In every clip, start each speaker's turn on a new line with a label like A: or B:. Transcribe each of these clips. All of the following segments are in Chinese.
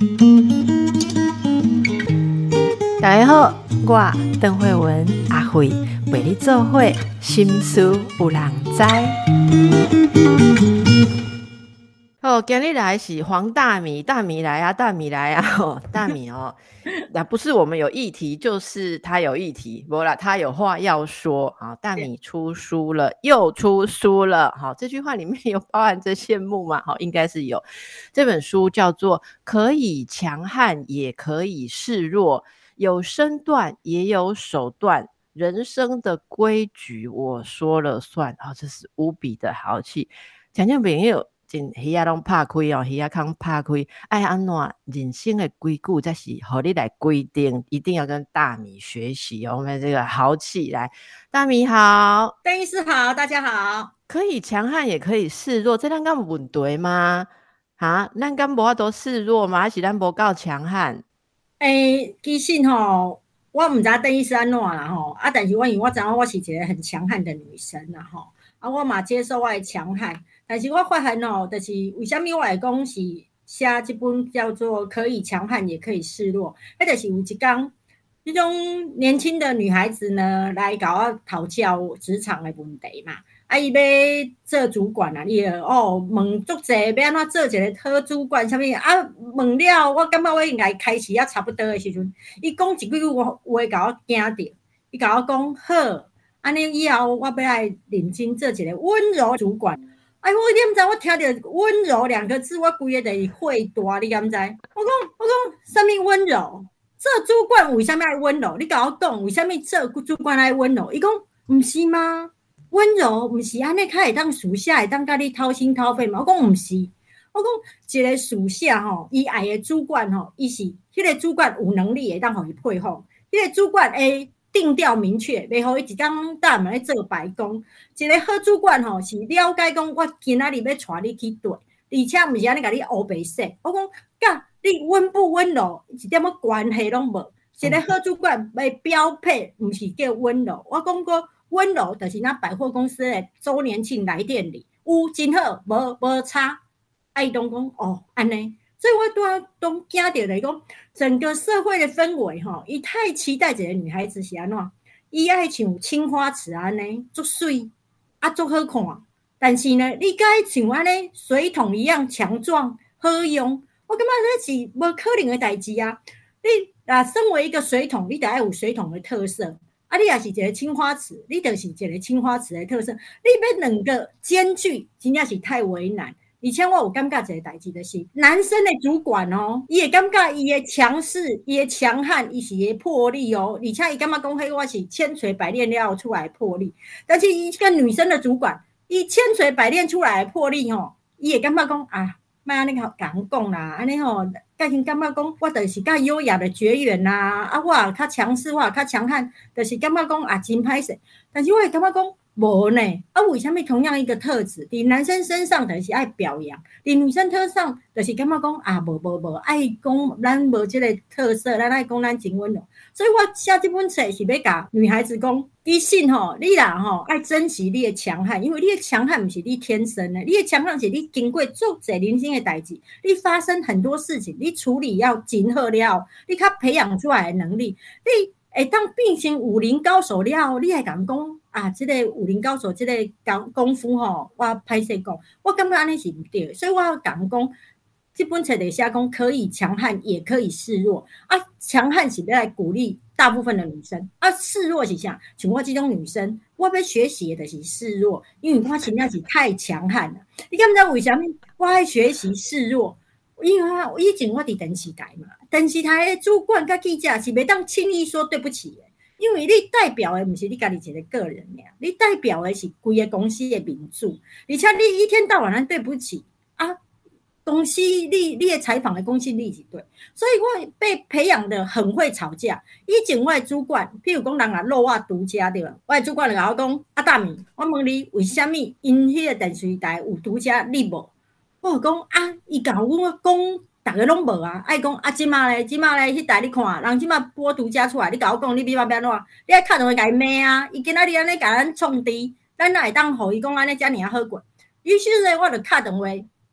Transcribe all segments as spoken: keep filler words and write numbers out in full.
A: 大家好，我邓惠文阿惠陪你做伙，心事有人知。哦，今日来是黄大米，大米来啊，大米来啊！哦，大米哦，那不是我们有议题，就是他有议题，不啦，他有话要说。好，大米出书了，又出书了。好，这句话里面有包含着羡慕吗？好，应该是有。这本书叫做《可以强悍，也可以示弱》。有身段也有手段，人生的规矩我说了算。哦，这是无比的豪气。听众朋友真耳仔拢拍开哦，耳仔孔拍开，爱安怎人生的规矩才是互你来规定，一定要跟大米学习哦。我们这个豪气来，大米好，
B: 邓医师好，大家好。
A: 可以强悍也可以示弱，这咱敢有问题吗？哈，咱敢无法度示弱吗？还是咱无够强悍？
B: 诶，其实吼，我唔知邓医师安怎啦吼，啊，但是我因为我知道我是一个很强悍的女生啦吼，啊，我嘛接受我的强悍，但是我发现吼，就是为什么我会讲是写这本叫做《可以强悍也可以示弱》，迄就是有一天，这种年轻的女孩子呢，来甲我讨教职场的问题嘛。啊，伊要做主管啊，伊哦问足济要安怎做一个好主管，啥物啊？问了，我感觉我应该开始啊差不多的时阵，伊讲一句话，甲我惊着。伊甲我讲好，安尼以后我要来认真做一个温柔主管。哎，我你毋知我听到温柔两个字，我规个就是火大，你敢知？我讲我讲啥物温柔？做主管为啥物爱温柔？你甲我讲为啥物做主管爱温柔？伊讲毋是吗？温柔不是安尼，较会当属下会当甲你掏心掏肺嘛？我讲不是，我讲一个属下吼，伊爱的主管吼，伊是迄个主管有能力会当互伊配合，迄个主管会定调明确，袂互伊一工到晚咧做白工。一个好主管吼，是了解讲我今仔日要带你去对，而且毋是安尼甲你黑白说。我讲甲你温不温柔一点仔关系拢无。一个好主管的标配毋是叫温柔，我讲过。温柔就是那百货公司的周年庆来店里，有真好，无无差。爱东讲哦，安尼，所以我都都惊到来讲，整个社会的氛围哈，伊太期待一个女孩子是安怎，伊爱像青花瓷安尼，足水啊，足好看。但是呢，你该像安尼水桶一样强壮好用，我感觉这是无可能的代志啊！你啊，身为一个水桶，你得要有水桶的特色。啊，你也是一个青花瓷，你就是一个青花瓷的特色，你要两个兼具，真正是太为难。而且我有感觉一个代志就是，男生的主管哦，伊会感觉伊的强势，伊的强悍，伊是伊的魄力哦，而且伊感觉讲迄我是千锤百炼了出来的魄力。但是伊个女生的主管，伊千锤百炼出来的魄力吼，伊会感觉讲啊，莫安尼甲人讲啦，安尼吼。甲因感觉讲，我就是甲优雅的绝缘啦，啊，我也较强势，我也较强悍，就是感觉讲啊，真歹势。但是我会感觉讲无呢，啊，为什么同样一个特质，伫男生身上就是爱表扬，伫女生身上就是感觉讲啊，无无无，爱讲咱无这个特色，咱爱讲咱真温柔。所以我写这本册是要甲女孩子讲，其实吼，你啦吼爱珍惜你的强悍，因为你的强悍不是你天生的，你的强悍是你经过做侪人生的代志，你发生很多事情，你处理要真好了，你较培养出来的能力，你会当变成武林高手了，你还敢讲啊？这个武林高手，这个功功夫吼，我歹势讲，我感觉安尼是唔对，所以我要敢讲。这本册的写讲可以强悍，也可以示弱啊。强悍是要来鼓励大部分的女生啊，示弱是啥？像我这种女生，我要学习的是示弱，因为我真正是太强悍了。你敢不知道为什么我爱学习示弱？因为我以前我伫电视台嘛，电视台的主管甲记者是袂当轻易说对不起的，因为你代表的不是你家己一个个人呀，你代表的是规个公司的名著，而且你一天到晚咱对不起啊。公司你你的采访的公信力是对，所以我被培养的很会吵架。以前我的主管，譬如讲人啊漏我独家对吧？我的主管就甲我讲啊，大米，我问你为什么因迄个电视台有独家你无？我就讲啊，伊甲我讲，大家拢无啊，爱讲啊，即马咧，即马咧，迄台你看，人即马播独家出来，你甲我讲，你比我要安怎？你爱敲电话甲伊骂啊，伊今仔日安尼甲咱创治，咱哪会当互伊讲安尼遮尔啊好过？于是咧，我就敲电话。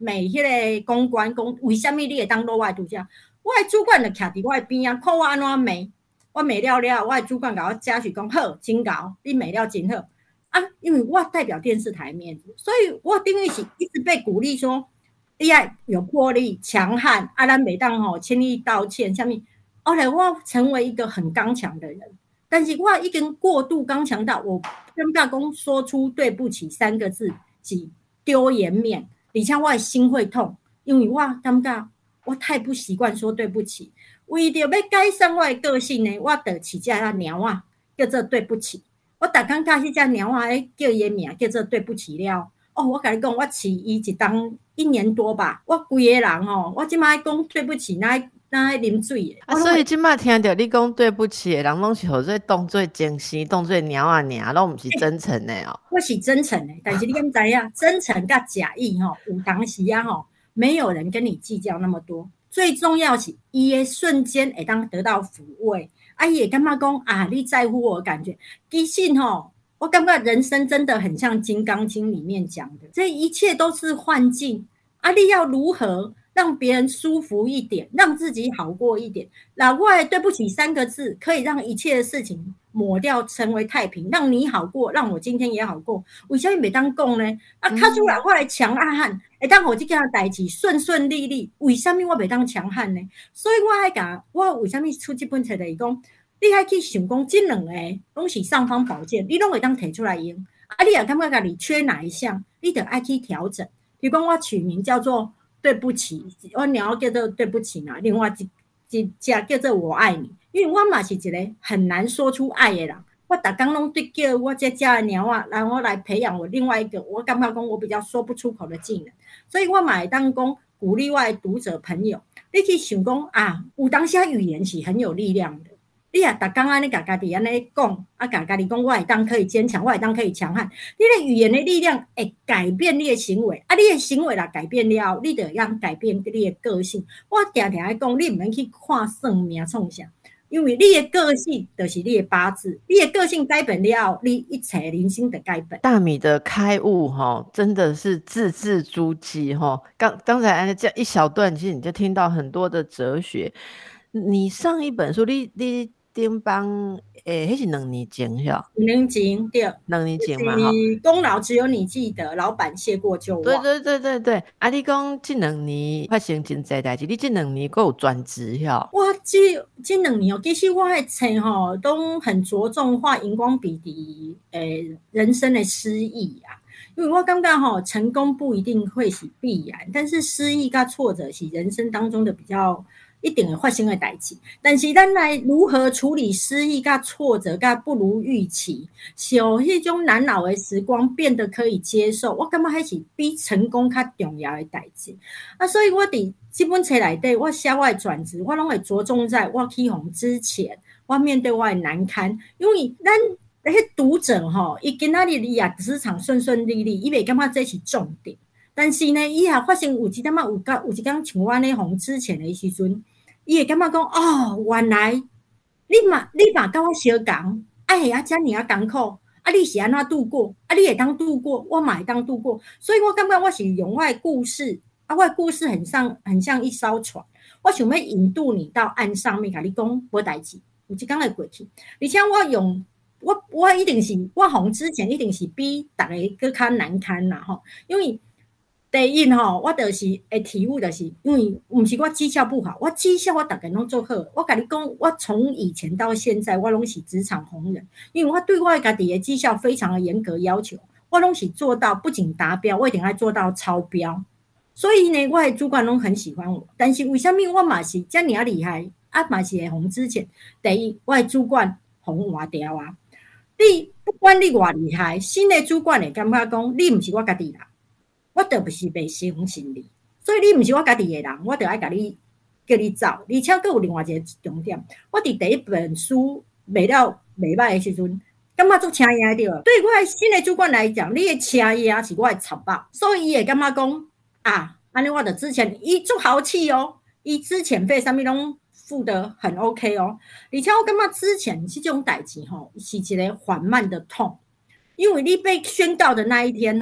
B: 美迄个公关讲，为什么你会当落我的拄则？我的主管就徛伫我的边啊，看我安怎骂，我骂了了，我的主管甲我嘉许讲好，真高，你骂了真好啊！因为我代表电视台面子，所以我等于是一直被鼓励说，你要有魄力、强悍啊！咱每当吼千里道歉，下面后来我成为一个很刚强的人，但是我已经过度刚强到我跟大公说出对不起三个字是丢颜面，而且我的心会痛，因为我感觉我太不习惯说对不起。为着要改善我的个性呢，我就饲只啊猫啊，叫做对不起。我逐工教迄只猫啊，叫伊的名叫做对不起了。哦，我跟你讲，我饲伊一当一年多吧，我规个人吼，我即摆讲对不起，哪哪爱啉水的。
A: 啊，所以即摆听到你讲对不起的人，拢是互做当做真心，当做猫啊猫，拢毋是真诚的哦。
B: 我是真诚的，但是你敢知影，真诚甲假意吼，有当时啊吼，没有人跟你计较那么多。最重要是，伊的瞬间会当得到抚慰，啊，伊会感觉讲啊，你在乎我的感觉。其实吼，我感觉人生真的很像《金刚经》里面讲的，这一切都是幻境啊！你要如何让别人舒服一点，让自己好过一点？老外对不起三个字，可以让一切的事情抹掉，成为太平，让你好过，让我今天也好过。为什么袂当讲呢？啊，卡出来我来强啊汉，会当互这件代志顺顺利利。为什么我袂当强悍呢？所以我爱讲，我为什么出这本册来讲？你爱去想讲，这两个拢是尚方宝剑，你拢会当提出来用。啊，你也感觉家己缺哪一项，你就爱去调整。比如讲，我取名叫做对不起，我鸟叫做对不起嘛，另外一一只叫做我爱你，因为我嘛是一个很难说出爱的人。我逐工拢对叫我这只的鸟啊，然后来培养我另外一个，我感觉讲我比较说不出口的技能，所以我嘛会当讲鼓励我的读者朋友，你去想讲啊，有当时语言是很有力量的。你也逐工安尼甲家己安尼讲，啊，甲家己讲，我会当可以坚强，我会当可以强悍。你的语言的力量会改变你的行为，啊，你的行为啦改变了，你就要改变你的个性。我常常爱讲，你唔免去看算命创啥，因为你的个性就是你的八字，你的个性改变了，你一切人生的改变。
A: 大米的开悟哈，真的是字字珠玑哈。刚刚才这一小段，其实你就听到很多的哲学。你上一本书，你你。顶帮诶，迄是两年前是
B: 两年前对，
A: 两年前嘛，哈，
B: 功劳只有你记得，老板谢过就忘。
A: 对对对对对，啊，你讲这两年发生真侪代志，你这两年还有转职呀？
B: 哇，这这两年哦，其实我的册吼都很着重画荧光笔的诶人生的失意啊，因为我感觉吼成功不一定会是必然，但是失意跟挫折是人生当中的比较。一定会发生的代志，但是咱来如何处理失意、甲挫折、甲不如预期，有迄种难熬的时光变得可以接受，我感觉还是比成功较重要的代志。啊，所以我伫这本册内底，我写我的转职，我拢会着重在我起红之前，我面对我的难堪，因为咱那些读者吼，伊今仔日伊也职场顺顺利利，伊袂感觉这是重点。但是呢，伊也发现有一点仔有甲有一天像我咧红之前的时阵。伊会感觉讲哦，原来你嘛你嘛甲我相共，哎呀，遮尔啊艰苦，啊，你是安怎度过？啊，你会当度过，我嘛会当度过，所以我感觉我是用我的故事，啊，我的故事很像很像一艘船，我想要引渡你到岸上面，甲你讲无代志，有一天会过去。而且我用我我一定是我红之前一定是比逐个更较难堪啦吼，因为。第一吼，我就是会体悟，就是因为毋是我绩效不好，我绩效我逐个拢做好。我甲你讲，我从以前到现在，我拢是职场红人，因为我对我家己的绩效非常的严格要求，我拢是做到不仅达标，我一定要做到超标。所以呢，我的主管拢很喜欢我。但是为什么我嘛是遮尔厉害？啊，嘛是会红之前，第一，我的主管红换掉啊。你不管你偌厉害，新的主管会感觉讲，你毋是我家己人。我就不是袂相信你，所以你毋是我家己的人，我就爱甲你叫你走。而且佫有另外一个重点，我伫第一本书卖了袂歹的时阵，感觉足请伊对。对我新的主管来讲，你的请伊是我的草包，所以伊会感觉讲啊，安尼我就之前伊足豪气哦，伊之前费啥物拢付得很 OK 哦。而且我感觉之前这种代志吼，是一个缓慢的痛，因为你被宣告的那一天哦。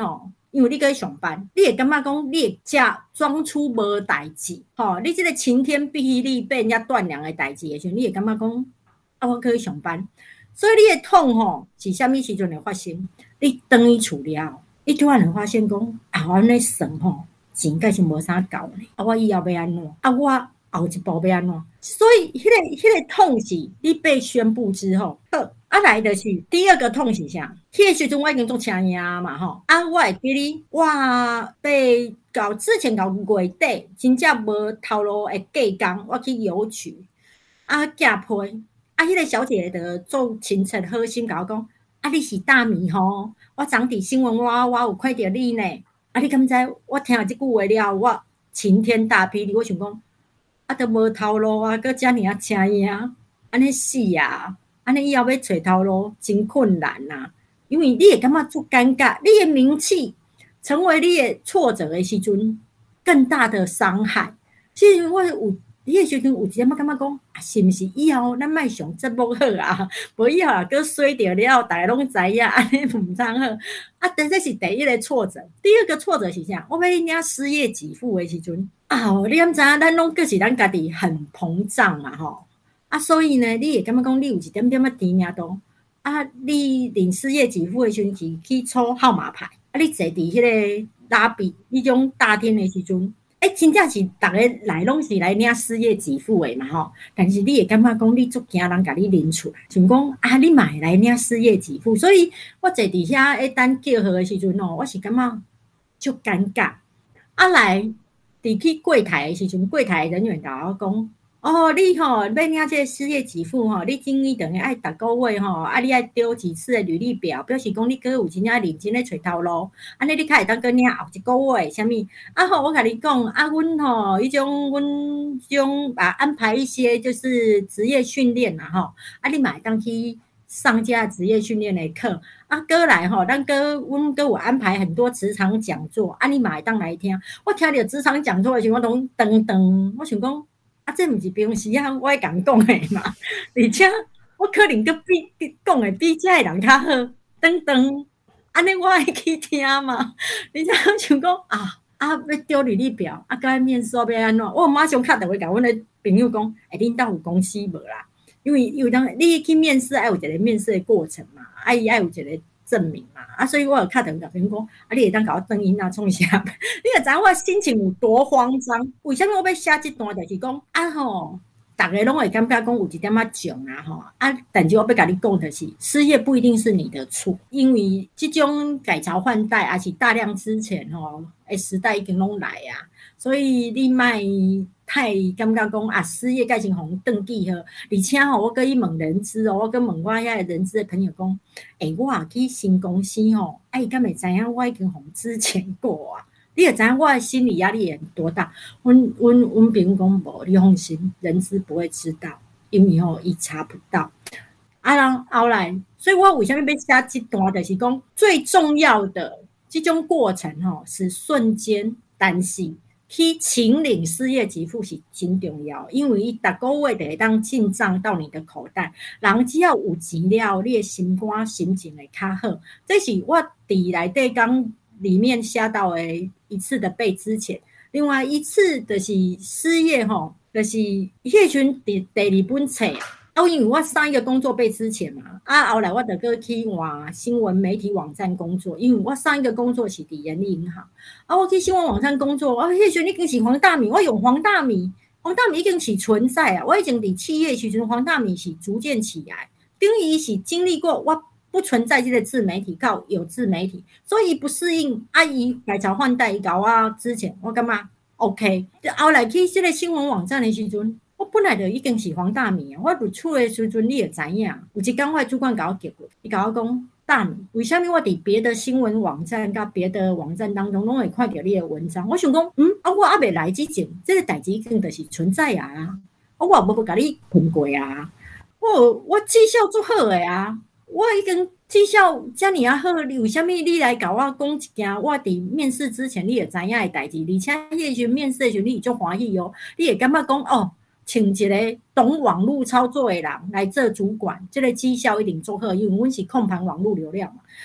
B: 因为你去上班，你会感觉讲你会假装出无代志，吼、哦，你这个晴天霹雳被人家断粮的代志的时候，你会感觉讲啊，我可以上班，所以你的痛吼是啥物时阵会发生？你回去厝了，你突然会发现讲啊，我安尼算吼，钱计是无啥够呢，啊，我以后要安怎？啊，我后一步要安怎？所以迄、那个迄、那个痛是你被宣布之后，好。啊来的是第二个痛是啥？迄个时阵我已经做车影嘛吼，啊我会记哩，我被到之前到月底，真正无头路的价工，我去邮局啊寄批，啊迄、那个小姐的做亲切好心甲我讲，啊你是大米吼，我昨伫新闻我我有看到你呢，啊你敢知我听了这句话了，我晴天大霹雳，我想讲啊都无头路啊，搁遮尔啊车影，安尼死啊！安尼以后要找头路真困难呐、啊，因为你会感觉足尴尬，你的名气成为你的挫折的时阵，更大的伤害。所以我有迄个时阵有一点仔感觉讲，啊，是毋是以后咱莫上节目好啊？无以后啊，搁衰着了，大家拢知影，安尼唔通好。啊，但这是第一个挫折，第二个挫折是啥？我要领失业给付的时阵，啊，你敢知影？咱拢个是咱家己很膨胀嘛，吼。啊，所以呢，你会感觉讲你有一点点仔甜命度啊，你领失业给付的时阵是去抽号码牌，啊，你坐伫迄个拉比迄种大厅的时阵，诶、欸，真正是逐个来拢是来领失业给付的嘛吼，但是你会感觉讲你足惊人甲你领出来，想讲啊，你嘛会来领失业给付，所以我坐伫遐诶等叫号的时阵哦，我是感觉足尴尬。啊来，伫去柜台的时阵，柜台人员甲我讲。哦，你吼、哦、要领这个失业给付吼，你等于等于爱逐个月吼，啊，你爱丢几次的履历表，表示讲你个有真正认真咧找头路，安尼你较会当个领后一个月啥物？啊吼，我甲你讲，啊，阮吼迄种阮迄种啊安排一些就是职业训练啦吼，啊，你嘛会当去上这职业训练的课，啊，过来吼，咱个阮个有安排很多职场讲座，啊，你嘛会当来听，我听到职场讲座的时候，我拢噔噔，我想讲。啊，这毋是平时啊，我会甲讲诶嘛，而且我可能个比讲诶比遮诶人较好，等等，安尼我会去听嘛。而且我想讲啊啊，要丢履历表，啊，甲面试要安怎？我马上敲电话甲阮诶朋友讲，诶、欸，恁兜有公司无啦？因为因为当你去面试，爱有一个面试诶过程嘛，啊，伊爱有一个证明嘛，啊，所以我有敲电话甲朋友讲，啊，你会当甲我转因啊创啥？你会知我心情有多慌张？为什么我要写这段？就是讲啊吼，大家拢会感觉讲有一点仔囧啊吼，啊，但是我要甲你讲的是，失业不一定是你的错，因为这种改朝换代，而且大量之前吼，诶时代已经拢来啊，所以你莫太感觉讲啊，失业改成互登记好，而且吼，我搁去问人资哦，我搁问我遐人资的朋友讲，诶、欸，我也去新公司吼，啊，伊敢会知影我已经互之前过啊？你也知影我的心理压力也多大？阮阮阮朋友讲无，你放心，人资不会知道，因为吼伊查不到。啊，然后来，所以我为什么要写这段？就是讲最重要的这种过程吼是瞬间，但是。去请领失业给付是真重要，因为伊逐个月就会当进账到你的口袋，人只要有钱了，你的心肝心情会较好。这是我伫内底讲里面写到的一次的被资遣，另外一次就是失业吼，就是迄群第第二本册。啊，因为我上一个工作被资遣嘛，啊，后来我就过去换新闻媒体网站工作，因为我上一个工作是伫人力银行，啊，我去新闻网站工作，啊，迄时阵已经是黄大米，我用黄大米，黄大米已经是存在啊，我已经伫企业时阵，黄大米是逐渐起来，等于是经历过我不存在这个自媒体，靠有自媒体，所以不适应，啊，伊改朝换代，伊搞我之前，我干嘛 ？OK， 后来去这个新闻网站的时阵。我本来就已经是黄大米啊！我入厝的时阵，你也知影。有一天，我主管甲我叫过，伊甲我讲：大米，为什么我伫别的新闻网站甲别的网站当中，拢会看到你的文章？我想讲，嗯，啊，我还未来之前，这个代志已经就是存在啊！啊，我也无要甲你喷过啊！我我绩效足好的啊！我已经绩效遮尔啊好，为什么你来甲我讲一件我伫面试之前你会知影的代志？而且迄个时候面试的时候，你足欢喜哦，你会感觉讲哦。请一个懂网络操作的人来做主管，这个绩效一定做好，因为阮是控盘网络流量嘛。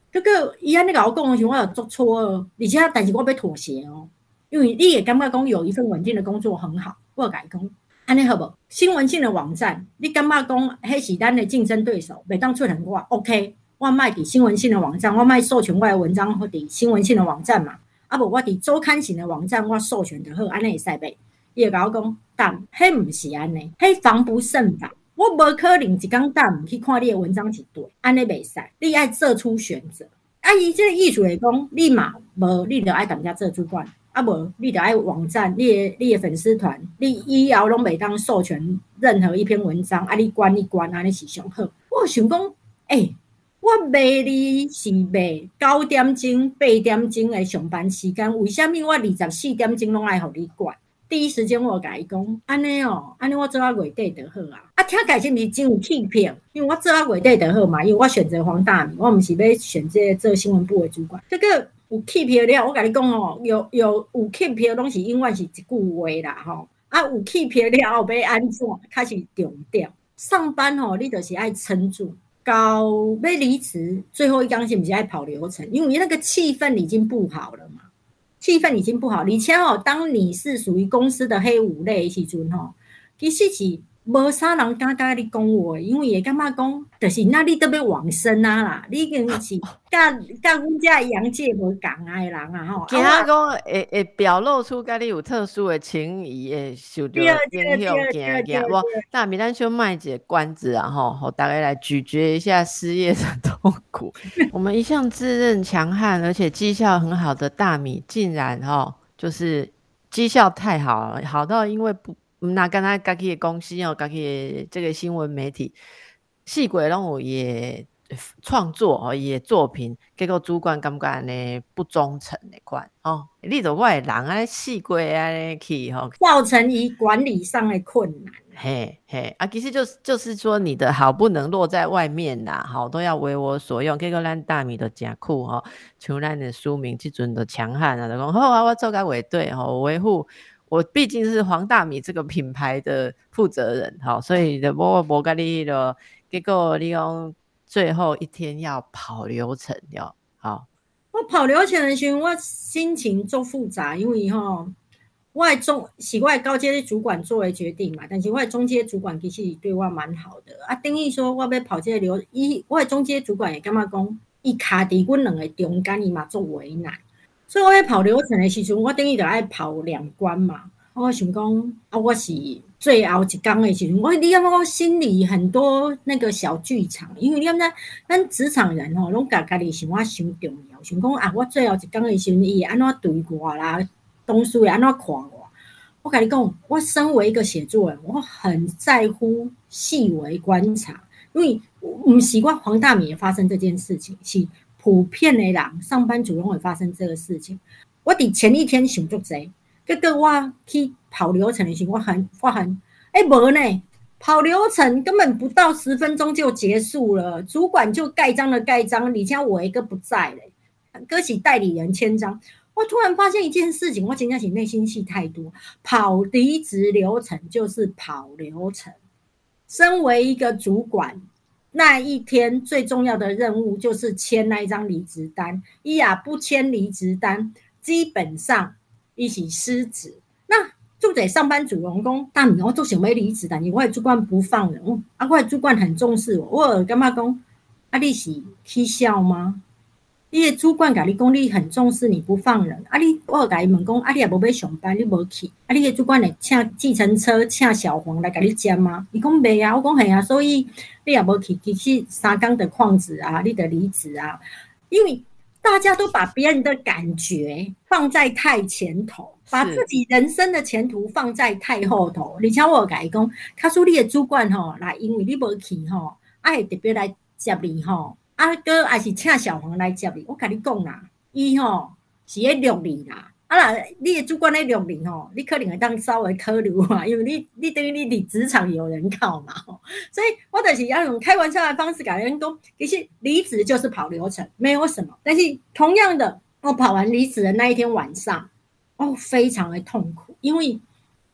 B: 这个伊安尼甲我讲的时候，我有做错愕，而且但是我要妥协哦，因为你也感觉讲有一份稳定的工作很好，我有甲伊讲，安尼好无？新闻性的网站，你感觉讲迄是咱的竞争对手，袂当出现我 OK， 我卖伫新闻性的网站，我卖授权我的文章或伫新闻性的网站嘛，啊无我伫周刊型的网站我授权就好，安尼会使袂？伊会甲我讲，但迄毋是安尼，迄防不胜防。我无可能一天到晚去看你的文章是对，安尼袂使，你爱做出选择。啊，伊这个意思来讲，你嘛无，你就爱踮遮做主管，啊无，你就爱网站，你的你的粉丝团，你以后拢袂当授权任何一篇文章，啊，你管你管，安尼是上好。我想讲，诶、欸，我卖你是卖九点钟、八点钟的上班时间，为什么我二十四点钟拢爱互你管？第一时间我甲伊讲，安尼哦，安尼我做到月底就好啊。啊，听起来是毋是真有气魄？因为我做到月底就好嘛，因为我选择黄大米，我毋是要选这做新闻部的主管。这个有气魄了，我甲你讲哦，有有有气魄拢是永远是一句话啦吼。啊，有气魄了后要安怎？开始重点。上班吼、哦，你就是爱撑住。到要离职，最后一天是毋是爱跑流程？因为那个气氛已经不好了嘛。气氛已经不好，而且哦，当你是属于公司的黑五类的时阵吼，其实是无啥人敢甲你讲话，因为会感觉讲，就是那你都要往生啊啦，你已经是甲甲阮遮阳界无共啊的人啊吼。
A: 其他讲会会表露出甲你有特殊的情谊，会受到影响，惊惊。我大米咱先卖一个关子啊吼，互大家来咀嚼一下失业的痛苦。我们一向自认强悍而且绩效很好的大米，竟然吼就是绩效太好了，好到因为不。那跟他自己的公司哦，自己的这个新闻媒体，四季拢有也创作哦，也作品，结果主管感觉呢不忠诚的款哦，你就我的人啊，四季安尼去吼，
B: 造成伊管理上的困难。
A: 嘿嘿啊，其实就是就是说你的好不能落在外面啦，好都要为我所用。结果咱大米都真酷吼，像咱的书名这阵都强悍啊，就讲好啊，我做到尾对吼，维护。我毕竟是黄大米这个品牌的负责人，好，所以我无甲你了，结果你讲最后一天要跑流程了，好，
B: 我跑流程的时候，我心情足复杂，因为吼，我的中是我的高阶主管做的决定嘛，但是我的中阶主管其实对我蛮好的啊，等于说我要跑这个流，伊我的中阶主管也感觉讲，伊卡伫阮两个中间，伊嘛足为难。所以我在跑流程的时阵，我等于就爱跑两关嘛。我想讲啊，我是最后一天的时阵，我你感觉我心里很多那个小剧场，因为你感觉咱职场人吼，拢家家己想我伤重要，想讲啊，我最后一天的时阵，伊安怎对我啦，同事会安怎看我？我跟你讲，我身为一个写作人，我很在乎细微观察，因为不是我黄大米发生这件事情，是。普遍的人上班族拢会发生这个事情。我伫前一天想足济，结果我去跑流程的时候，我很我很哎无呢，跑流程根本不到十分钟就结束了，主管就盖章了盖章，而且我一个不在嘞，搁是代理人签章。我突然发现一件事情，我真的是内心戏太多。跑离职流程就是跑流程，身为一个主管。那一天最重要的任务就是签那一张离职单，伊也不签离职单，基本上伊是失职。那就得上班族员工，大米我都想要离职，但是我的主管不放人，啊，我的主管很重视我，我有感觉讲，啊，你是起笑吗？你的主管甲你讲，你很重视，你不放人，啊，你我甲伊问讲，啊，你也无要上班，你无去，啊，你的主管会请计程车，请小黄来甲你接吗？伊讲袂啊，我讲系啊，所以你也无去，其实三工的旷职啊，你的离职啊，因为大家都把别人的感觉放在太前头，把自己人生的前途放在太后头。而且我甲伊讲，假使你的主管吼，来因为你无去吼，啊会特别来接你吼。啊，哥还是请小黄来接你。我跟你讲啦，伊吼是咧录你啦。啊啦，你的主管咧录你吼，你可能会当稍微考虑嘛，因为你你等于你伫职场有人靠嘛吼。所以我就是要用开玩笑的方式跟人讲，其实离职就是跑流程，没有什么。但是同样的，我跑完离职的那一天晚上，哦，非常的痛苦，因为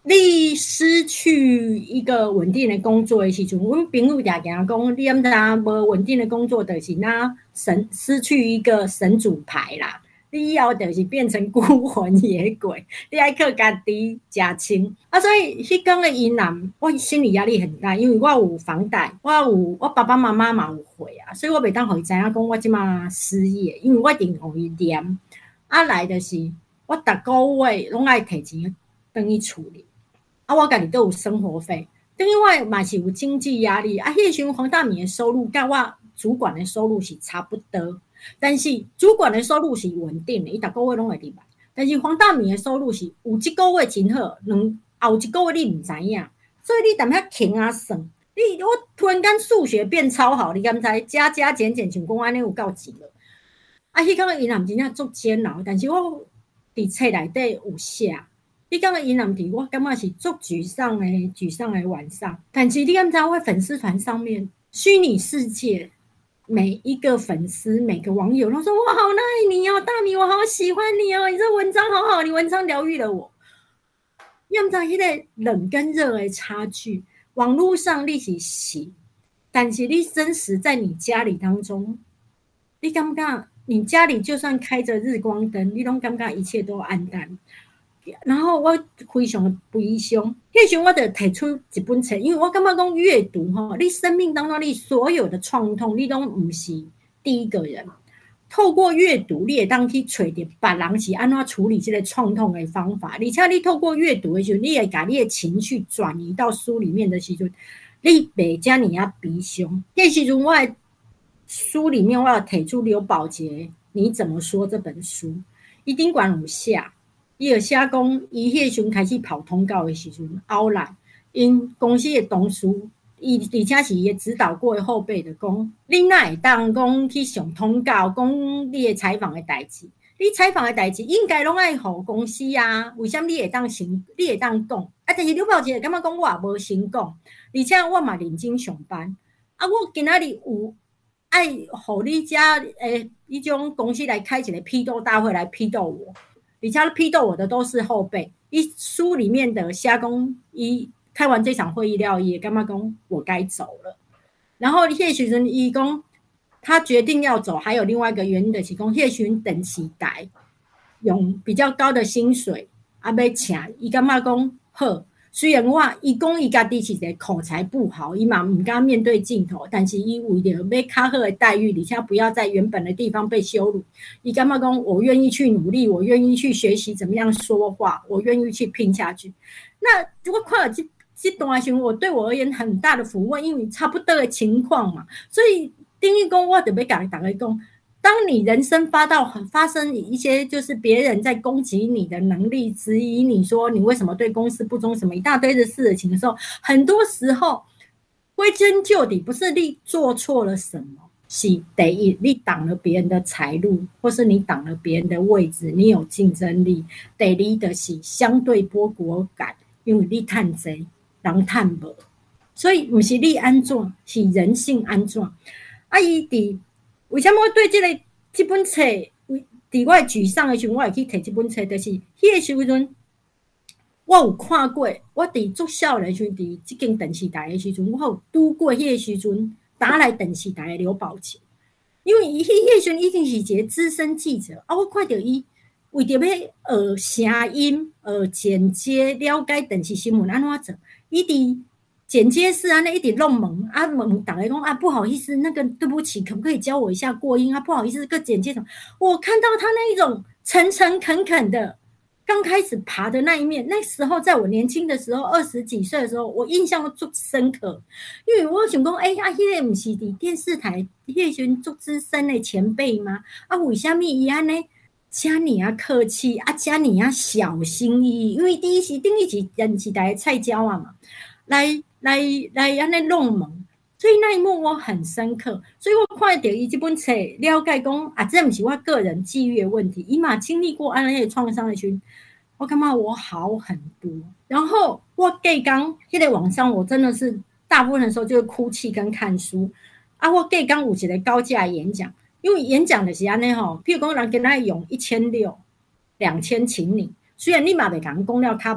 B: 你失去一个稳定的工作的时阵，阮朋友常常讲，你毋知无稳定的工作，就是那神失去一个神主牌啦。你以后就是变成孤魂野鬼，你还靠家己食清啊！所以迄天的伊男，我心理压力很大，因为我有房贷，我有我爸爸妈妈嘛有会啊，所以我袂当互伊知影讲我即马失业，因为我一定互伊念。啊来就是我逐个月拢爱摕钱等伊处理。啊，我家己都有生活费，等于我嘛是有经济压力啊。迄个时候黄大米的收入甲我主管的收入是差不多，但是主管的收入是稳定的，伊逐个月拢会入来。但是黄大米的收入是有一个月真好，两后一个月你毋知影，所以你淡遐轻啊算。你我突然间数学变超好，你敢知？加加减减像讲安尼有够钱了。啊，迄个银行真正足煎熬，但是我伫册内底有写。你讲的银行题，我感觉是足沮丧的，沮丧的晚上。但是你敢知我粉丝团上面虚拟世界每一个粉丝、每个网友都说：“我好爱你哦，大米，我好喜欢你哦，你这文章好好，你文章疗愈了我。”你敢知迄个冷跟热的差距？网络上你是喜，但是你真实在你家里当中，你感觉你家里就算开着日光灯，你拢感觉一切都暗淡。然后我非常的悲伤，迄时我就提出一本册，因为我感觉讲阅读吼，你生命当中你所有的创痛，你拢不是第一个人。透过阅读，你会当去找到别人是安怎处理这个创痛的方法，而且你透过阅读的时候，你会把你的情绪转移到书里面的时候，你袂这么啊悲伤。迄时阵我的书里面我有提出刘宝杰你怎么说这本书，伊顶管有写。伊有写讲，伊迄时阵开始跑通告的时阵，后来因公司的同事，伊而且是伊指导过的后辈的讲，你哪会当讲去上通告，讲你的采访的代志？你采访的代志应该拢爱互公司啊？为什么你会当成，你会当讲？啊，但是刘宝杰感觉讲我也无成讲，而且我嘛认真上班，啊，我今仔日有爱互你遮诶，迄种公司来开一个批斗大会来批斗我。而且批斗我的都是后辈，一书里面的虾公一开完这场会议了，也干嘛讲我该走了。然后谢学生一公他决定要走，还有另外一个原因的是讲谢学生等期待用比较高的薪水啊要请，伊干嘛讲好。虽然我伊讲伊家己是一个口才不好，伊嘛唔敢面对镜头，但是伊为了要较好的待遇，而且不要在原本的地方被羞辱，伊干嘛讲我愿意去努力，我愿意去学习怎么样说话，我愿意去拼下去。那如果看了这这段时间，我对我而言很大的抚慰，因为差不多的情况嘛，所以丁义公我就要跟大家讲。当你人生发到发生一些就是别人在攻击你的能力，质疑你说你为什么对公司不忠，什么一大堆的事情的时候，很多时候归根究底不是你做错了什么，是第一你挡了别人的财路，或是你挡了别人的位置，你有竞争力。第二就是相对剥夺感，因为你赚多，人赚无，所以不是你安怎，是人性安怎。啊，伊伫。为什么我对这个这本册，伫我沮丧的时候，我会去摕这本册，就是迄个时阵，我有看过，我伫足少的时阵，伫这间电视台的时阵，我有拄过迄个时阵打来电视台的刘宝杰，因为伊迄个时阵已经是一个资深记者啊，我看到伊为着要学声音、学剪接、了解电视新闻安怎做，伊伫。剪接是啊，那一直弄问啊，问大家讲啊，不好意思，那个对不起，可不可以教我一下过音啊？不好意思，这个剪接什么？我看到他那一种诚诚恳恳的，刚开始爬的那一面，那时候在我年轻的时候，二十几岁的时候，我印象最深刻，因为我想讲，哎、欸、啊，迄个不是伫电视台迄群足资深的前辈吗？啊，为什么伊安尼加你啊客气啊，加你啊小心翼翼？因为第一是第一是电视台的菜鸟啊嘛，来。来来安尼弄问，所以那一幕我很深刻，所以我看到伊这本册了解讲啊，这不是我个人际遇的问题，伊嘛经历过安尼的创伤的时，我感觉我好很多。然后我隔天迄个晚上，我真的是大部分的时候就是哭泣跟看书啊。我隔天有一个高价演讲，因为演讲的是安尼吼，譬如讲人跟他用一千六、两千请你，虽然你嘛袂讲讲了卡拜。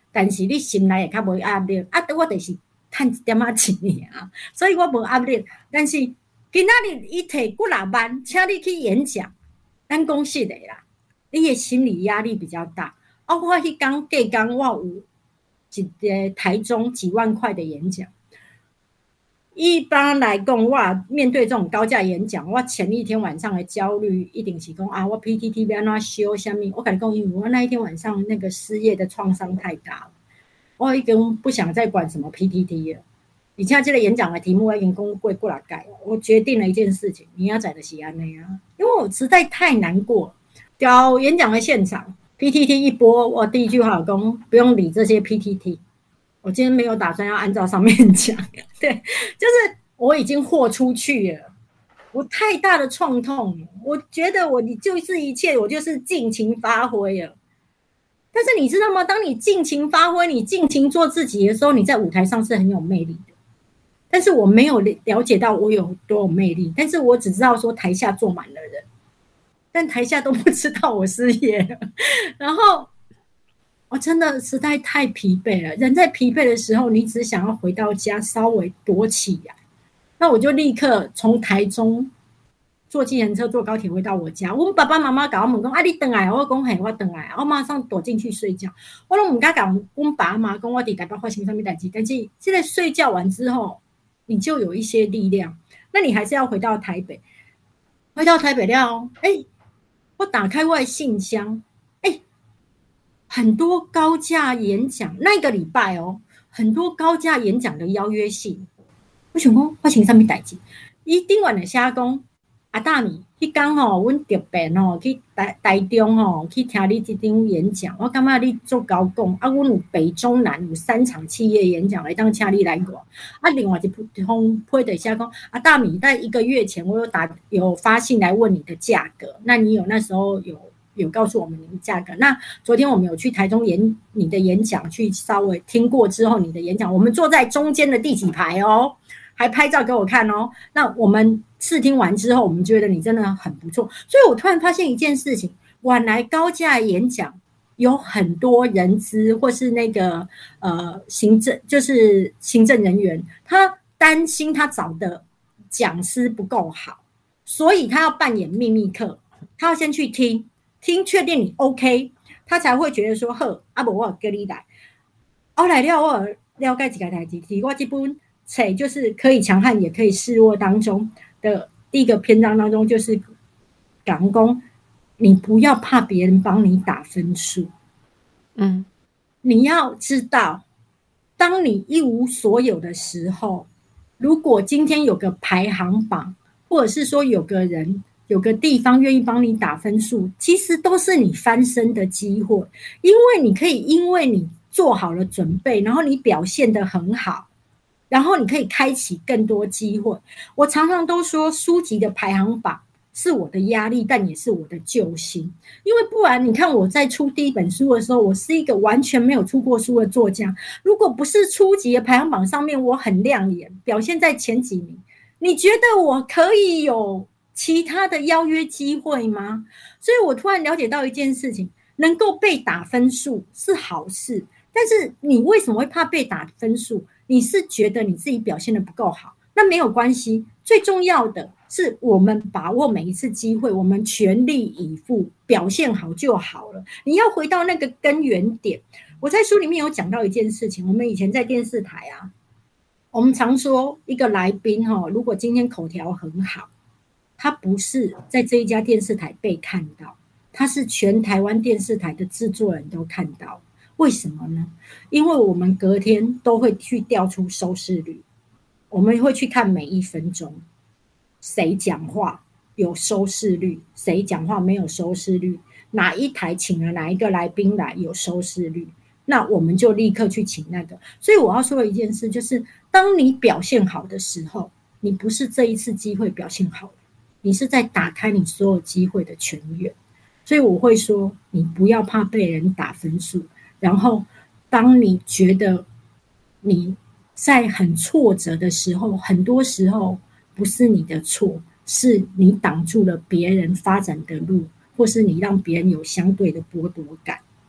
B: 但是你心内会较无压力。啊，我就是赚一点仔钱尔，所以我无压力。但是今仔日伊摕几六万，请你去演讲，咱讲实的啦，你的心理压力比较大。啊，我迄天隔天我有一个台中几万块的演讲。一般来讲，我面对这种高价演讲，我前一天晚上的焦虑一定是讲啊，我 P T T 要怎修什么？我跟你讲，因为我那一天晚上那个失业的创伤太大了，我已经不想再管什么 P T T 了。你现在这个演讲的题目我已经公过过来改了，我决定了一件事情，你要载的是安内啊，因为我实在太难过了。到演讲的现场 ，P T T 一播，我第一句话讲不用理这些 P T T。我今天没有打算要按照上面讲，对，就是我已经豁出去了，我太大的创痛了，我觉得我你就是一切，我就是尽情发挥了。但是你知道吗？当你尽情发挥，你尽情做自己的时候，你在舞台上是很有魅力的。但是我没有了解到我有多有魅力，但是我只知道说台下坐满了人，但台下都不知道我失业了，然后。我真的实在太疲惫了，人在疲惫的时候，你只想要回到家稍微躲起来。那我就立刻从台中坐计程车、坐高铁回到我家。我爸爸妈妈跟我问说：“啊，你回来？”我说：“嘿，我回来。”我马上躲进去睡觉。我都不敢讲，我爸妈说我在台北发生什么事，但是现在睡觉完之后，你就有一些力量。那你还是要回到台北，回到台北了，哎，我打开我的信箱。很多高价演讲，那个礼拜哦，很多高价演讲的邀约信。我想讲，发生什么代志？伊顶晚的写讲，阿大米，迄天吼，阮特别吼去台台中吼去听你这场演讲，我感觉你做高讲，啊，阮有北中南有三场企业演讲，来当请你来过。啊，另外一封批的写讲，阿大米在一个月前，我有打有发信来问你的价格，那你有那时候有。有告诉我们你的价格。那昨天我们有去台中演你的演讲，去稍微听过之后你的演讲，我们坐在中间的第几排哦，还拍照给我看哦。那我们试听完之后，我们觉得你真的很不错，所以我突然发现一件事情：晚来高价演讲有很多人资或是那个呃行政，就是行政人员，他担心他找的讲师不够好，所以他要扮演秘密客，他要先去听。听确定你 OK， 他才会觉得说好，啊不我跟你来，我来了我了解一个代志，我这本册就是可以强悍也可以示弱当中的第一个篇章当中，就是讲说你不要怕别人帮你打分数，嗯，你要知道，当你一无所有的时候，如果今天有个排行榜，或者是说有个人。有个地方愿意帮你打分数，其实都是你翻身的机会，因为你可以因为你做好了准备，然后你表现得很好，然后你可以开启更多机会。我常常都说书籍的排行榜是我的压力，但也是我的救星，因为不然你看我在出第一本书的时候，我是一个完全没有出过书的作家，如果不是初级的排行榜上面我很亮眼，表现在前几名，你觉得我可以有其他的邀约机会吗？所以我突然了解到一件事情，能够被打分数是好事，但是你为什么会怕被打分数？你是觉得你自己表现得不够好，那没有关系，最重要的是我们把握每一次机会，我们全力以赴，表现好就好了。你要回到那个根源点。我在书里面有讲到一件事情，我们以前在电视台啊，我们常说一个来宾如果今天口条很好，他不是在这一家电视台被看到，他是全台湾电视台的制作人都看到。为什么呢？因为我们隔天都会去调出收视率，我们会去看每一分钟谁讲话有收视率，谁讲话没有收视率，哪一台请了哪一个来宾来有收视率，那我们就立刻去请那个。所以我要说的一件事就是，当你表现好的时候，你不是这一次机会表现好了，你是在打开你所有机会的泉源。所以我会说，你不要怕被人打分数，然后当你觉得你在很挫折的时候，很多时候不是你的错，是你挡住了别人发展的路，或是你让别人有相对的剥夺感。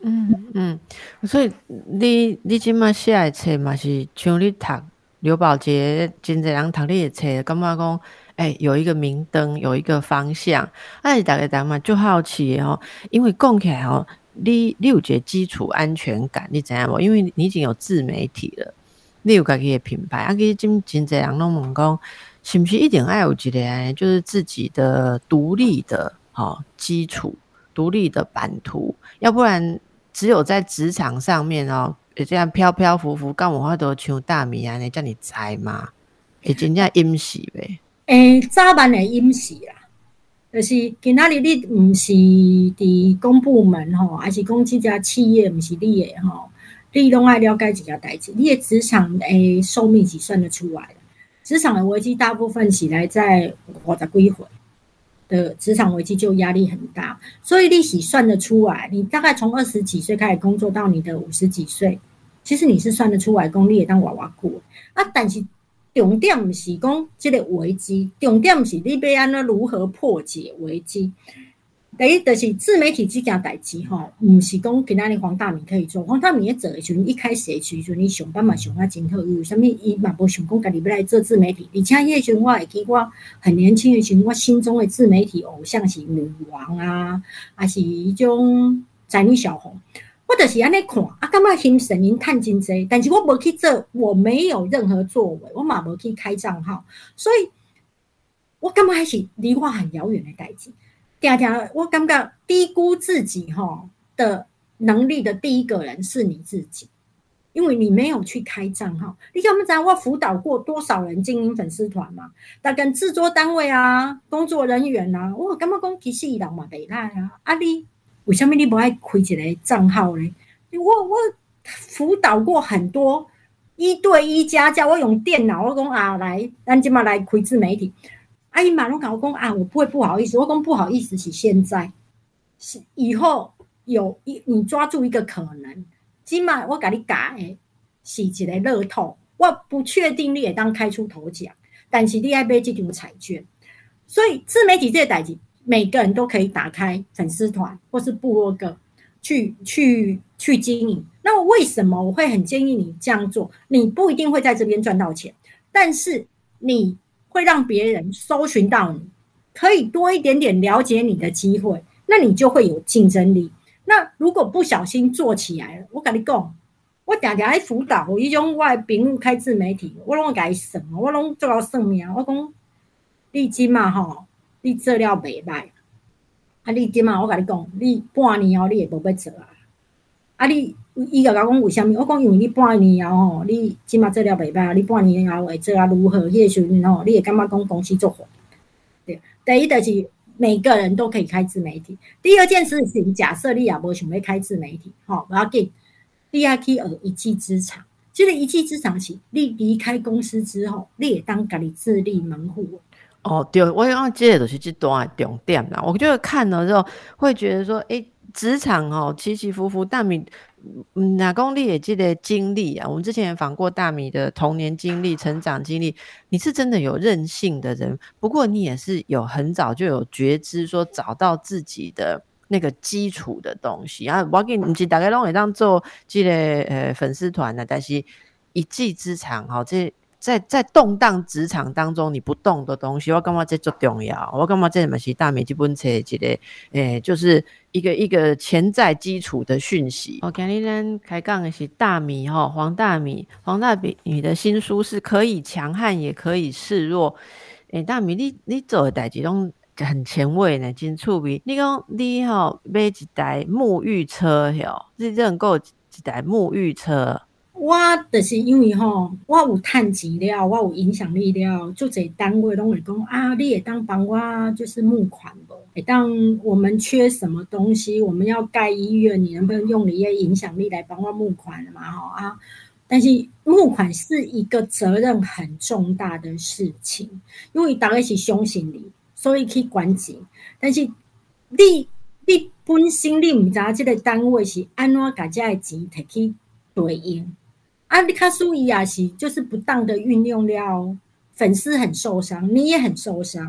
A: 嗯嗯，所以你你即马写的册嘛是像你读刘宝杰，真侪人读你的册，感觉讲，哎、欸，有一个明灯，有一个方向。啊，是大家人嘛就好奇哦，因为讲起来哦，你你有一个基础安全感，你知影无？因为你已经有自媒体了，你有家己的品牌，啊，其实真真侪人拢问讲，是不是一定要有一个就是自己的独立的哦基础、独立的版图，要不然只有在职场上面哦。这样飘飘浮浮，敢有法度像大米安尼遮尔栽吗？会真正淹死呗？
B: 诶、欸，早晚会淹死啦。就是今仔日你毋是伫公部门吼，还是讲即家企业毋是你的吼，你拢爱了解一件代志。你的职场诶寿命是算得出来的。职场的危机大部分起来在五十几岁的职场危机就压力很大，所以你是算得出来。你大概从二十几岁开始工作到你的五十几岁。其实你是算得出来讲你会当活偌久啊，但是重点不是讲这个危机，重点是你要安怎如何破解危机。第一就是自媒体这件代志吼，不是讲今仔日黄大米可以做，黄大米咧做的时候，一开始的时候，你上班嘛上啊真好，为什么伊嘛无想讲家己要来做自媒体？而且迄个时候我会记我很年轻的时候，我心中的自媒体偶像是女王啊，还是迄种宅女小红。我就是安尼看，啊，感觉欣赏因趁真济，但是我无去做，我没有任何作为，我嘛无去开账号，所以我感觉还是离我很遥远的代志。定定，我感觉低估自己吼的能力的第一个人是你自己，因为你没有去开账号。你敢不知道我辅导过多少人经营粉丝团吗？大跟制作单位啊、工作人员啊，我感觉讲其实伊人嘛袂歹啊，啊你。为什么你不爱开一个账号呢？我我辅导过很多一对一家教，我用电脑，我讲啊来，咱今嘛来开自媒体。阿姨马龙讲我讲啊，我不会不好意思，我讲不好意思是现在，是以后有一你抓住一个可能，今嘛我给你改的是一个乐透，我不确定你会当开出头奖，但是你要买这张彩券，所以自媒体这个代志。每个人都可以打开粉丝团或是部落格去去去经营。那为什么我会很建议你这样做？你不一定会在这边赚到钱，但是你会让别人搜寻到你，可以多一点点了解你的机会，那你就会有竞争力。那如果不小心做起来了，我跟你讲，我常常在辅导我一种我的朋友开自媒体，我拢给他算，我拢做到算命，我讲你今嘛吼。你做了袂歹，啊！你即马我甲你讲，你半年后你会无要做啊？啊！你伊甲我讲为虾米？我讲因为你半年后吼，你即马做了袂歹，你半年后会做啊如何？迄个时阵吼，你会感觉讲公司做好。对，第一就是每个人都可以开自媒体。第二件事情，假设你也无想要开自媒体，吼，不要紧，你也去学一技之长。这个一技之长是，你离开公司之后，你会当家己自立门户。
A: 哦，对，我讲这个就是这段的重点啦。我觉得看了之后会觉得说，哎，职场哦起起伏伏，大米嗯，哪公你也这个经历啊，我们之前也访过大米的童年经历、成长经历，你是真的有韧性的人，不过你也是有很早就有觉知，说找到自己的那个基础的东西啊。我给你不是大家都会当做这个呃粉丝团的，但是一技之长哈，这。在在动荡职场当中，你不动的东西，我感觉这最重要。我感觉这嘛是大米这本册一个，诶，就是一个一个潜在基础的讯息。我今日咱开讲的是大米哈，黄大米，黄大米的新书是可以强悍，也可以示弱。诶，大米你你做的代志拢很前卫呢，真趣味。你讲你吼买一台沐浴车哟，你能够一台沐浴车。
B: 我就是因为吼，我有趁钱了，我有影响力了，就这单位拢会讲啊，你也当帮我就是募款不？会当我们缺什么东西，我们要盖医院，你能不能用你的影响力来帮我募款嘛？吼啊！但是募款是一个责任很重大的事情，因为大家是相信你，所以去管钱。但是你你本身你唔知这个单位是安怎把这个钱摕去对应。啊，你卡苏伊也是，就是不当的运用了，粉丝很受伤，你也很受伤，因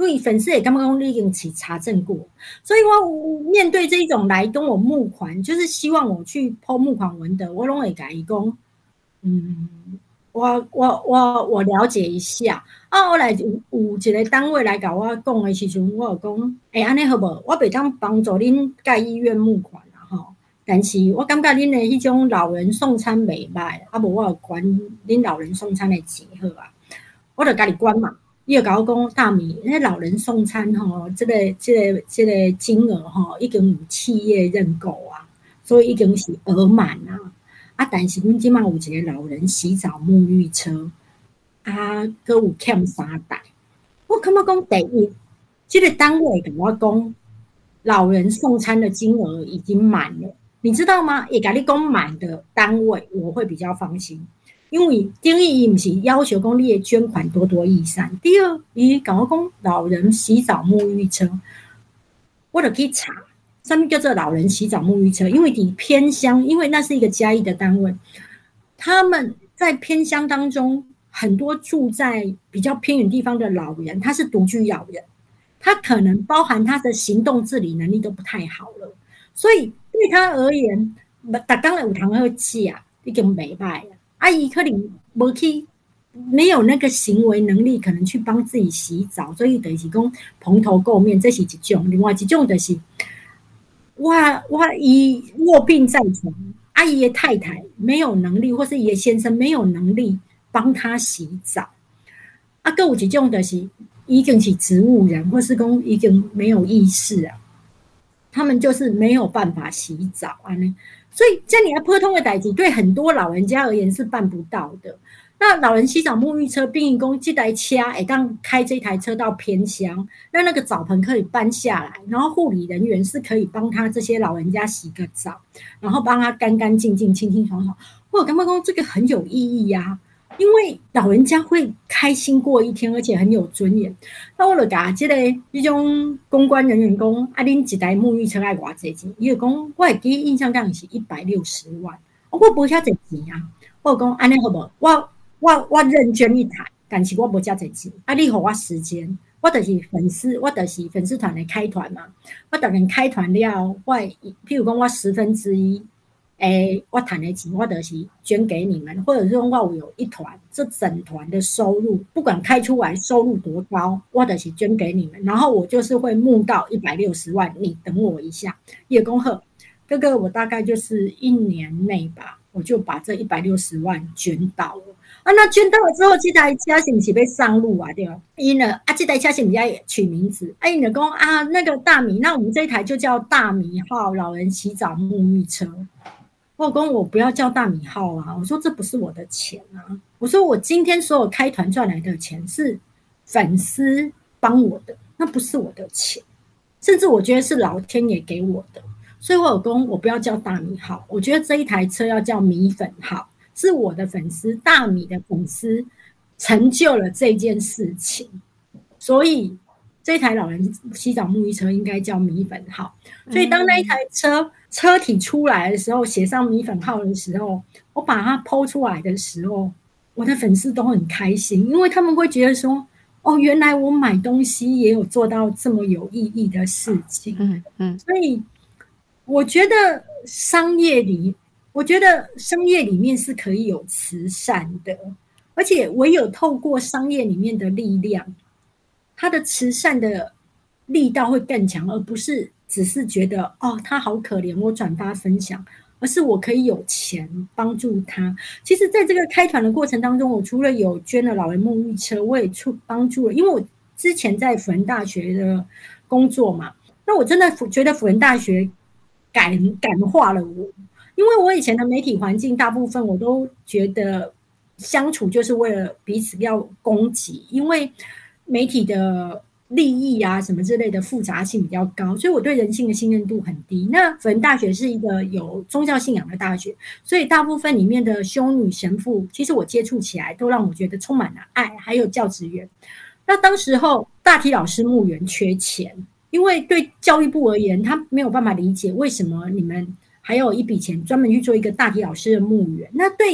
B: 因为粉丝也感觉讲你已经去查证过，所以我面对这一种来跟我募款，就是希望我去 po 募款文的，我拢会甲伊讲，嗯，我我我我了解一下啊，后来有有一个单位来甲我讲的时阵，我有讲，诶、欸，安尼好无？我袂当帮助恁盖医院募款啦吼，但是我感觉恁的迄种老人送餐袂歹，啊无我有管恁老人送餐的钱好啊，我就家己管嘛。伊就甲我讲，大米，那老人送餐吼，这个、这个、这个金额吼，已经有企业认购啊，所以已经是额满啊。啊，但是阮即马有一个老人洗澡沐浴车，啊，佮有欠三台。我感觉讲，第一，这个单位跟我讲，老人送餐的金额已经满了，你知道吗？也甲你讲满的单位，我会比较放心。因为定义伊不是要求讲你的捐款多多益善。第二，伊甲我讲老人洗澡沐浴车，我就去查，什么叫做老人洗澡沐浴车？因为你偏乡，因为那是一个嘉义的单位，他们在偏乡当中，很多住在比较偏远地方的老人，他是独居老人，他可能包含他的行动自理能力都不太好了，所以对他而言，每天有通好食，已经袂歹了。阿姨可能没去，没有那个行为能力，可能去帮自己洗澡，所以就是讲蓬头垢面，这是一种；另外一种就是我我姨卧病在床，阿姨的太太没有能力，或是姨的先生没有能力帮他洗澡。啊，还有一种就是已经是植物人，或是讲已经没有意识啊，他们就是没有办法洗澡啊呢。所以这样普通的代志对很多老人家而言是办不到的。那老人洗澡沐浴车，殡仪公这台车会当开这台车到偏乡，那那个澡盆可以搬下来，然后护理人员是可以帮他这些老人家洗个澡，然后帮他干干净净、清清爽爽。我感觉说这个很有意义呀、啊。因为老人家会开心过一天，而且很有尊严。那我就甲这个这种公关人员讲，啊，恁一台沐浴车爱偌济钱？伊就讲，我会记印象当是一百六十万。我无遐济钱啊，我讲安尼好无？我我我认捐一台，但是我无遮济钱。啊，你给我时间，我就是粉丝，我就是粉丝团的开团嘛。我等人开团了，我譬如讲我十分之一。诶，我赚的钱，我就是捐给你们，或者是说我有一团，这整团的收入，不管开出来收入多高，我就是捐给你们，然后我就是会募到一百六十万，你等我一下。叶公贺哥哥，我大概就是一年内吧，我就把这一百六十万捐到了。啊，那捐到了之后，这台车是不是被上路啊？对吧？因呢，啊，这台车是不是要取名字？啊，因呢讲啊，那个大米，那我们这一台就叫大米号老人洗澡沐浴车。我说我不要叫大米号啊！我说这不是我的钱啊！我说我今天所有开团赚来的钱是粉丝帮我的，那不是我的钱，甚至我觉得是老天爷给我的。所以我有说我不要叫大米号，我觉得这一台车要叫米粉号，是我的粉丝大米的粉丝成就了这件事情，所以这台老人洗澡沐浴车应该叫米粉号。所以当那一台车车体出来的时候，写上米粉号的时候，我把它 po 出来的时候，我的粉丝都很开心，因为他们会觉得说，哦，原来我买东西也有做到这么有意义的事情。嗯嗯，所以我觉得商业里，我觉得商业里面是可以有慈善的，而且唯有透过商业里面的力量，它的慈善的力道会更强，而不是只是觉得哦他好可怜，我转发分享，而是我可以有钱帮助他。其实在这个开团的过程当中，我除了有捐了老人沐浴车，我也出帮助了，因为我之前在辅仁大学的工作嘛，那我真的觉得辅仁大学感感化了我，因为我以前的媒体环境大部分我都觉得相处就是为了彼此要攻击，因为媒体的利益啊什么之类的复杂性比较高，所以我对人性的信任度很低。那辅仁大学是一个有宗教信仰的大学，所以大部分里面的修女神父，其实我接触起来都让我觉得充满了爱，还有教职员。那当时候大体老师募员缺钱，因为对教育部而言，他没有办法理解为什么你们还有一笔钱专门去做一个大体老师的募员。那对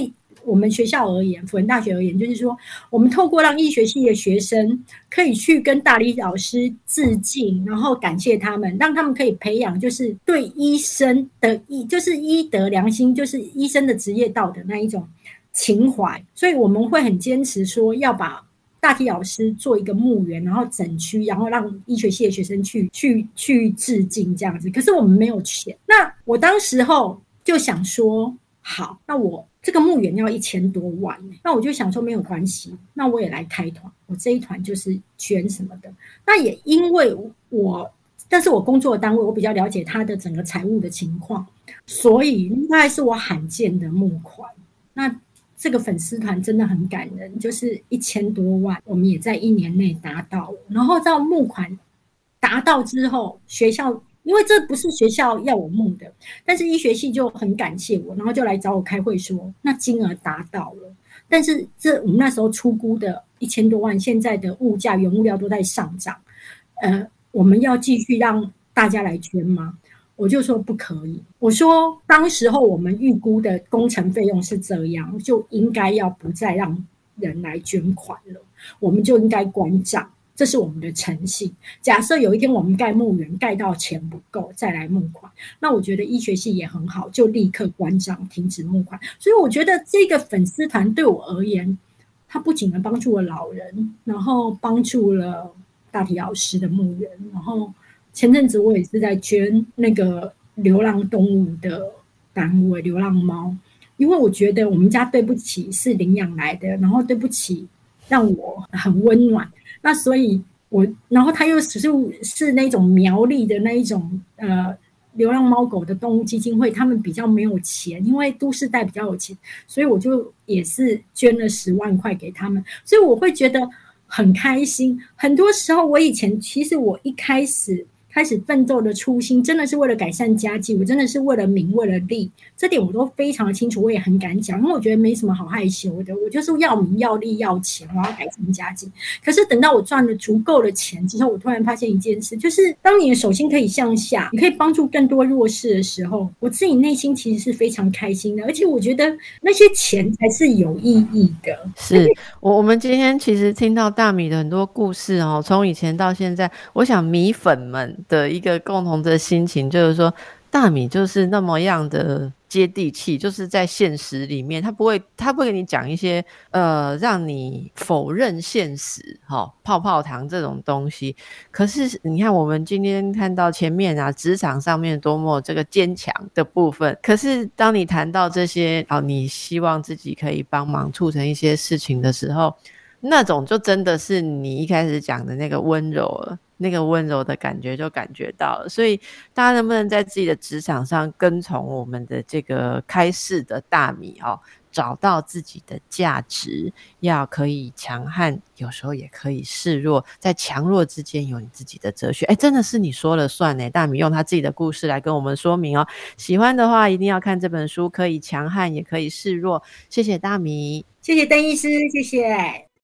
B: 我们学校而言，辅仁大学而言，就是说我们透过让医学系的学生可以去跟大理老师致敬，然后感谢他们，让他们可以培养就是对医生的医就是医德良心，就是医生的职业道德那一种情怀。所以我们会很坚持说要把大体老师做一个墓园，然后整区，然后让医学系的学生去去去致敬这样子。可是我们没有钱，那我当时候就想说，好，那我这个墓园要一千多万，那我就想说没有关系，那我也来开团，我这一团就是捐什么的。那也因为我，但是我工作的单位我比较了解他的整个财务的情况，所以应该是我罕见的募款。那这个粉丝团真的很感人，就是一千多万，我们也在一年内达到。然后到募款达到之后，学校因为这不是学校要我募的，但是医学系就很感谢我，然后就来找我开会说，那金额达到了，但是这我们那时候初估的一千多万，现在的物价、原物料都在上涨，呃，我们要继续让大家来捐吗？我就说不可以，我说当时候我们预估的工程费用是这样，就应该要不再让人来捐款了，我们就应该关账，这是我们的诚信。假设有一天我们盖墓园盖到钱不够再来募款，那我觉得医学系也很好，就立刻关账停止募款。所以我觉得这个粉丝团对我而言，它不仅能帮助了老人，然后帮助了大体老师的墓园，然后前阵子我也是在捐那个流浪动物的单位，流浪猫，因为我觉得我们家对不起是领养来的，然后对不起让我很温暖，那所以我，然后他又是是那种苗栗的那一种呃流浪猫狗的动物基金会，他们比较没有钱，因为都市带比较有钱，所以我就也是捐了十万块给他们，所以我会觉得很开心。很多时候我以前其实我一开始开始奋斗的初心真的是为了改善家计，我真的是为了名为了利，这点我都非常清楚，我也很敢讲，因为我觉得没什么好害羞的，我就是要名要利要钱，我要改善家计。可是等到我赚了足够的钱之后，我突然发现一件事，就是当你的手心可以向下，你可以帮助更多弱势的时候，我自己内心其实是非常开心的，而且我觉得那些钱才是有意义的。
A: 是我我们今天其实听到大米的很多故事哦，从以前到现在，我想米粉们的一个共同的心情就是说，大米就是那么样的接地气，就是在现实里面，他不会他不会跟你讲一些呃让你否认现实、哦、泡泡糖这种东西。可是你看我们今天看到前面啊，职场上面多么这个坚强的部分，可是当你谈到这些、哦、你希望自己可以帮忙促成一些事情的时候，那种就真的是你一开始讲的那个温柔了，那个温柔的感觉就感觉到了。所以大家能不能在自己的职场上跟从我们的这个开市的大米哦，找到自己的价值，要可以强悍，有时候也可以示弱，在强弱之间有你自己的哲学。哎，真的是你说了算耶，大米用他自己的故事来跟我们说明哦。喜欢的话一定要看这本书，可以强悍也可以示弱。谢谢大米，
B: 谢谢邓医师，谢谢。